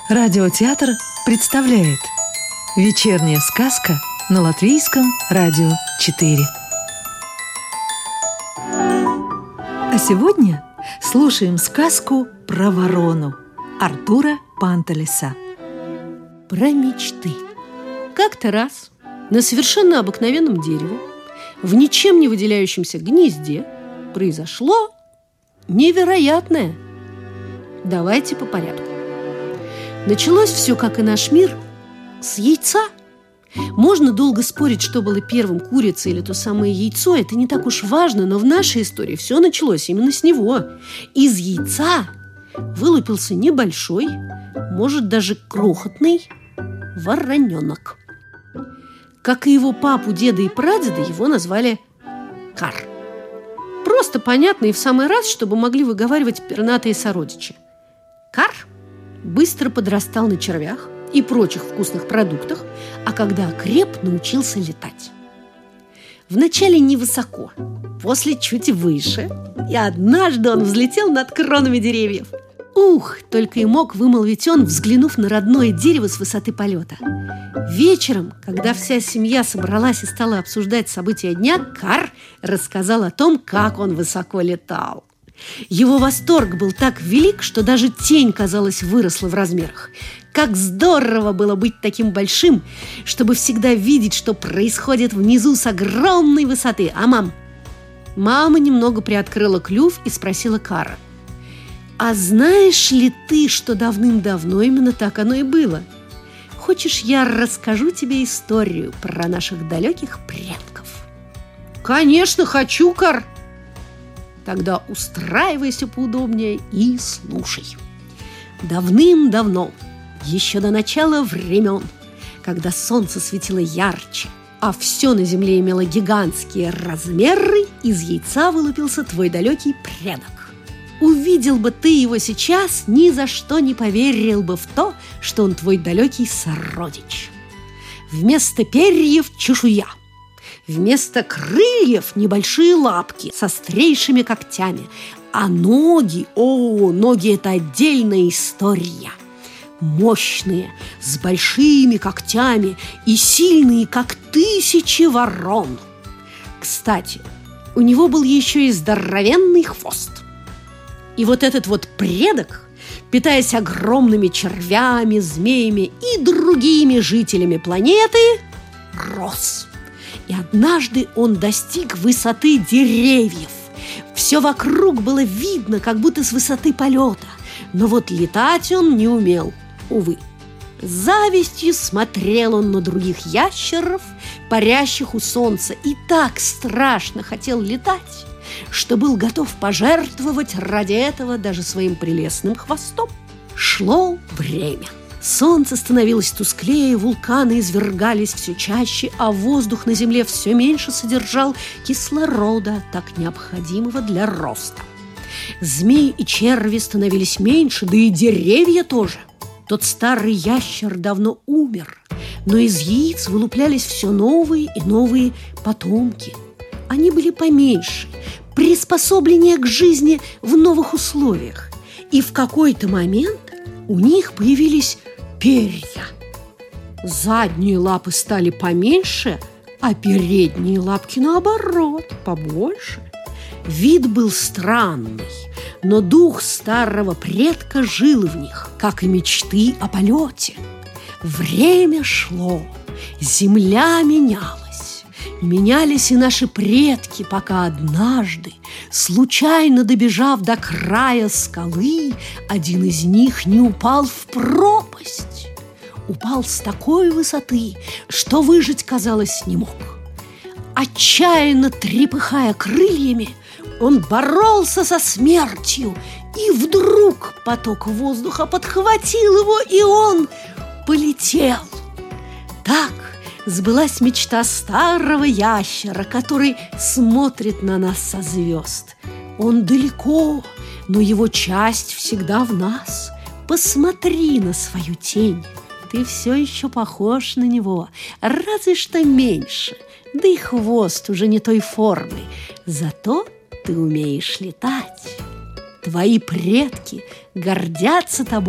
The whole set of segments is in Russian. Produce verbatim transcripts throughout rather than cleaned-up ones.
Радиотеатр представляет «Вечерняя сказка» на Латвийском радио четыре. А сегодня слушаем сказку про ворону Артура Пантелеса. Про мечты. Как-то раз на совершенно обыкновенном дереве, в ничем не выделяющемся гнезде, произошло невероятное. Давайте по порядку. Началось все, как и наш мир, с яйца. Можно долго спорить, что было первым, курица или то самое яйцо. Это не так уж важно, но в нашей истории все началось именно с него. Из яйца вылупился небольшой, может, даже крохотный вороненок. Как и его папу, деда и прадеда, его назвали Кар. Просто понятно и в самый раз, чтобы могли выговаривать пернатые сородичи. Кар быстро подрастал на червях и прочих вкусных продуктах, а когда окреп, научился летать. Вначале невысоко, после чуть выше, и однажды он взлетел над кронами деревьев. Ух, только и мог вымолвить он, взглянув на родное дерево с высоты полета. Вечером, когда вся семья собралась и стала обсуждать события дня, Кар рассказал о том, как он высоко летал. Его восторг был так велик, что даже тень, казалось, выросла в размерах. Как здорово было быть таким большим, чтобы всегда видеть, что происходит внизу с огромной высоты. А мам? Мама немного приоткрыла клюв и спросила Кара: «А знаешь ли ты, что давным-давно именно так оно и было? Хочешь, я расскажу тебе историю про наших далеких предков?» «Конечно, хочу, Кар!» «Тогда устраивайся поудобнее и слушай. Давным-давно, еще до начала времен, когда солнце светило ярче, а все на земле имело гигантские размеры, из яйца вылупился твой далекий предок. Увидел бы ты его сейчас, ни за что не поверил бы в то, что он твой далекий сородич. Вместо перьев – чешуя. Вместо крыльев – небольшие лапки с острейшими когтями. А ноги, о, ноги – это отдельная история. Мощные, с большими когтями и сильные, как тысячи ворон. Кстати, у него был еще и здоровенный хвост. И вот этот вот предок, питаясь огромными червями, змеями и другими жителями планеты, рос. И однажды он достиг высоты деревьев. Все вокруг было видно, как будто с высоты полета. Но вот летать он не умел, увы. С завистью смотрел он на других ящеров, парящих у солнца, и так страшно хотел летать, что был готов пожертвовать ради этого даже своим прелестным хвостом. Шло время. Солнце становилось тусклее, вулканы извергались все чаще, а воздух на земле все меньше содержал кислорода, так необходимого для роста. Змеи и черви становились меньше, да и деревья тоже. Тот старый ящер давно умер, но из яиц вылуплялись все новые и новые потомки. Они были поменьше, приспособленнее к жизни в новых условиях. И в какой-то момент у них появились перья. Задние лапы стали поменьше, а передние лапки, наоборот, побольше. Вид был странный, но дух старого предка жил в них, как и мечты о полете. Время шло, земля менялась. Менялись и наши предки, пока однажды, случайно добежав до края скалы, один из них не упал в пропасть. Упал с такой высоты, что выжить, казалось, не мог. Отчаянно трепыхая крыльями, он боролся со смертью, и вдруг поток воздуха подхватил его, и он полетел. Так сбылась мечта старого ящера, который смотрит на нас со звезд. Он далеко, но его часть всегда в нас. Посмотри на свою тень. Ты все еще похож на него, разве что меньше. Да и хвост уже не той формы. Зато ты умеешь летать. Твои предки гордятся тобой,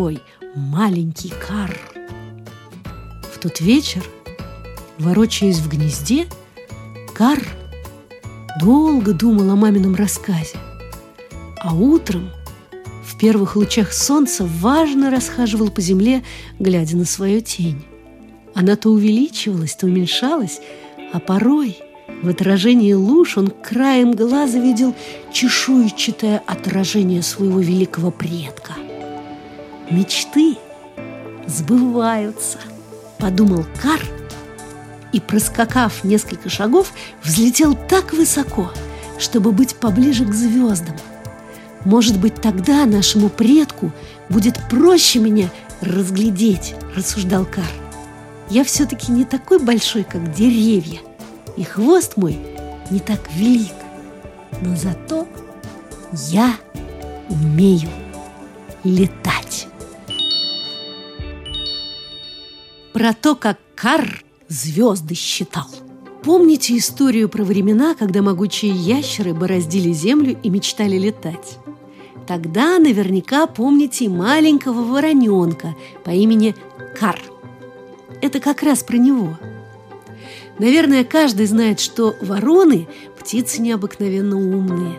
маленький Кар. В тот вечер, ворочаясь в гнезде, Кар долго думал о мамином рассказе, а утром в первых лучах солнца важно расхаживал по земле, глядя на свою тень. Она то увеличивалась, то уменьшалась, а порой в отражении луж он краем глаза видел чешуйчатое отражение своего великого предка. «Мечты сбываются», — подумал Кар, и, проскакав несколько шагов, взлетел так высоко, чтобы быть поближе к звездам. «Может быть, тогда нашему предку будет проще меня разглядеть», — рассуждал Кар. «Я все-таки не такой большой, как деревья, и хвост мой не так велик, но зато я умею летать». Про то, как Кар звезды считал. Помните историю про времена, когда могучие ящеры бороздили землю и мечтали летать? Тогда наверняка помните и маленького вороненка по имени Кар. Это как раз про него. Наверное, каждый знает, что вороны – птицы необыкновенно умные.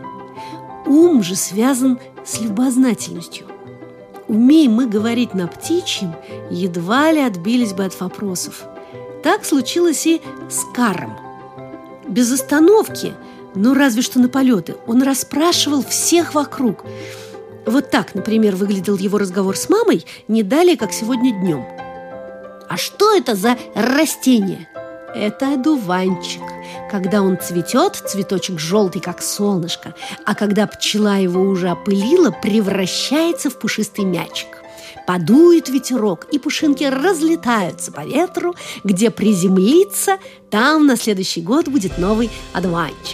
Ум же связан с любознательностью. Умеем мы говорить на птичьем, едва ли отбились бы от вопросов. Так случилось и с Каром. Без остановки, ну разве что на полеты, он расспрашивал всех вокруг. Вот так, например, выглядел его разговор с мамой не далее, как сегодня днем. «А что это за растение?» «Это одуванчик. Когда он цветет, цветочек желтый, как солнышко, а когда пчела его уже опылила, превращается в пушистый мячик. Подует ветерок, и пушинки разлетаются по ветру, где приземлится, там на следующий год будет новый одуванчик».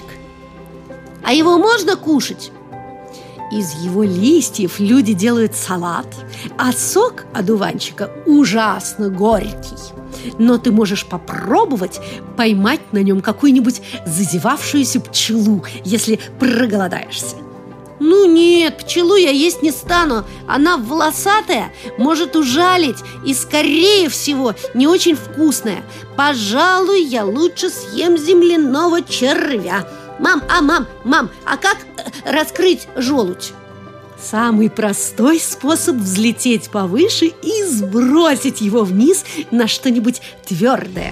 «А его можно кушать?» Из его листьев люди делают салат, а сок одуванчика ужасно горький. Но ты можешь попробовать поймать на нем какую-нибудь зазевавшуюся пчелу, если проголодаешься. «Ну нет, пчелу я есть не стану. Она волосатая, может ужалить и, скорее всего, не очень вкусная. Пожалуй, я лучше съем земляного червя. Мам, а мам, мам, а как раскрыть желудь?» Самый простой способ взлететь повыше и сбросить его вниз на что-нибудь твердое.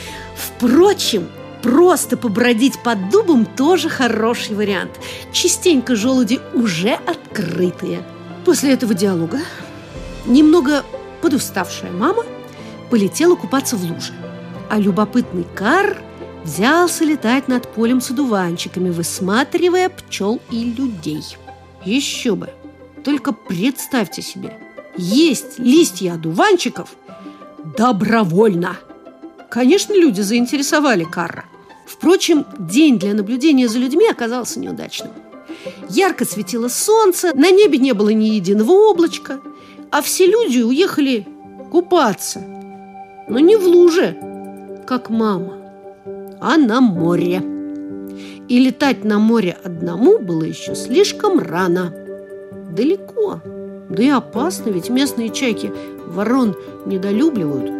Впрочем, просто побродить под дубом тоже хороший вариант. Частенько желуди уже открытые. После этого диалога немного подуставшая мама полетела купаться в луже, а любопытный Кар взялся летать над полем с одуванчиками, высматривая пчел и людей. Еще бы! Только представьте себе, есть листья одуванчиков добровольно. Конечно, люди заинтересовали Карра. Впрочем, день для наблюдения за людьми оказался неудачным. Ярко светило солнце, на небе не было ни единого облачка, а все люди уехали купаться. Но не в луже, как мама, а на море. И летать на море одному было еще слишком рано. Далеко, да и опасно, ведь местные чайки ворон недолюбливают.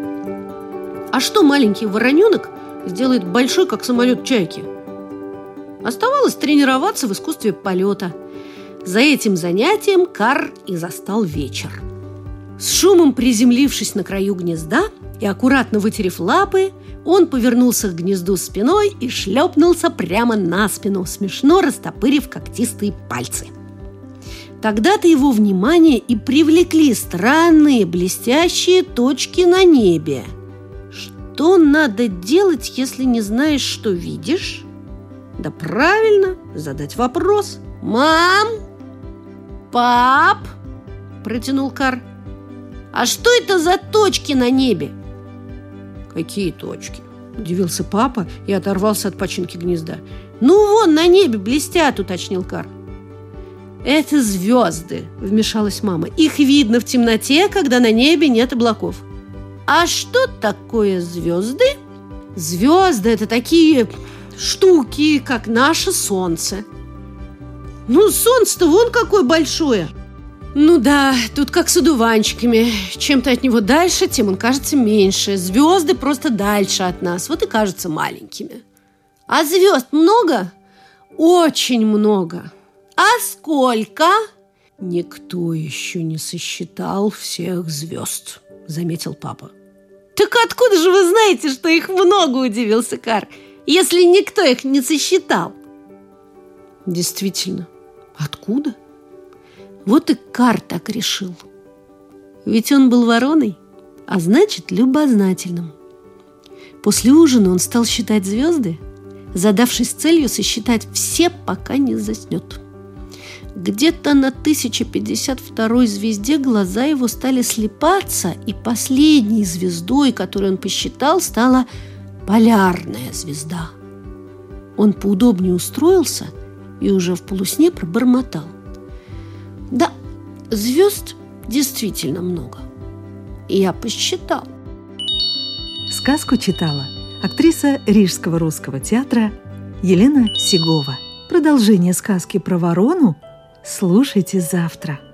А что маленький вороненок сделает большой, как самолет, чайки? Оставалось тренироваться в искусстве полета. За этим занятием Кар и застал вечер. С шумом приземлившись на краю гнезда и аккуратно вытерев лапы, он повернулся к гнезду спиной и шлепнулся прямо на спину, смешно растопырив когтистые пальцы. Тогда-то его внимание и привлекли странные блестящие точки на небе. Что надо делать, если не знаешь, что видишь? Да правильно, задать вопрос. «Мам! Пап!» – протянул Кар. «А что это за точки на небе?» «Какие точки?» – удивился папа и оторвался от починки гнезда. «Ну вон на небе блестят», – уточнил Кар. «Это звезды», – вмешалась мама. «Их видно в темноте, когда на небе нет облаков». «А что такое звезды?» «Звезды – это такие штуки, как наше солнце». «Ну, солнце-то вон какое большое!» Ну да, тут как с одуванчиками. Чем ты от него дальше, тем он кажется меньше. Звезды просто дальше от нас, вот и кажутся маленькими. А звезд много? Очень много. А сколько? Никто еще не сосчитал всех звезд, заметил папа. Так откуда же вы знаете, что их много, удивился Кар, если никто их не сосчитал? Действительно, откуда? Вот и Кар так решил. Ведь он был вороной, а значит, любознательным. После ужина он стал считать звезды, задавшись целью сосчитать все, пока не заснет. Где-то на тысяча пятьдесят второй звезде глаза его стали слипаться, и последней звездой, которую он посчитал, стала полярная звезда. Он поудобнее устроился и уже в полусне пробормотал: да, звезд действительно много. И я посчитал. Сказку читала актриса Рижского русского театра Елена Сегова. Продолжение сказки про ворону слушайте завтра.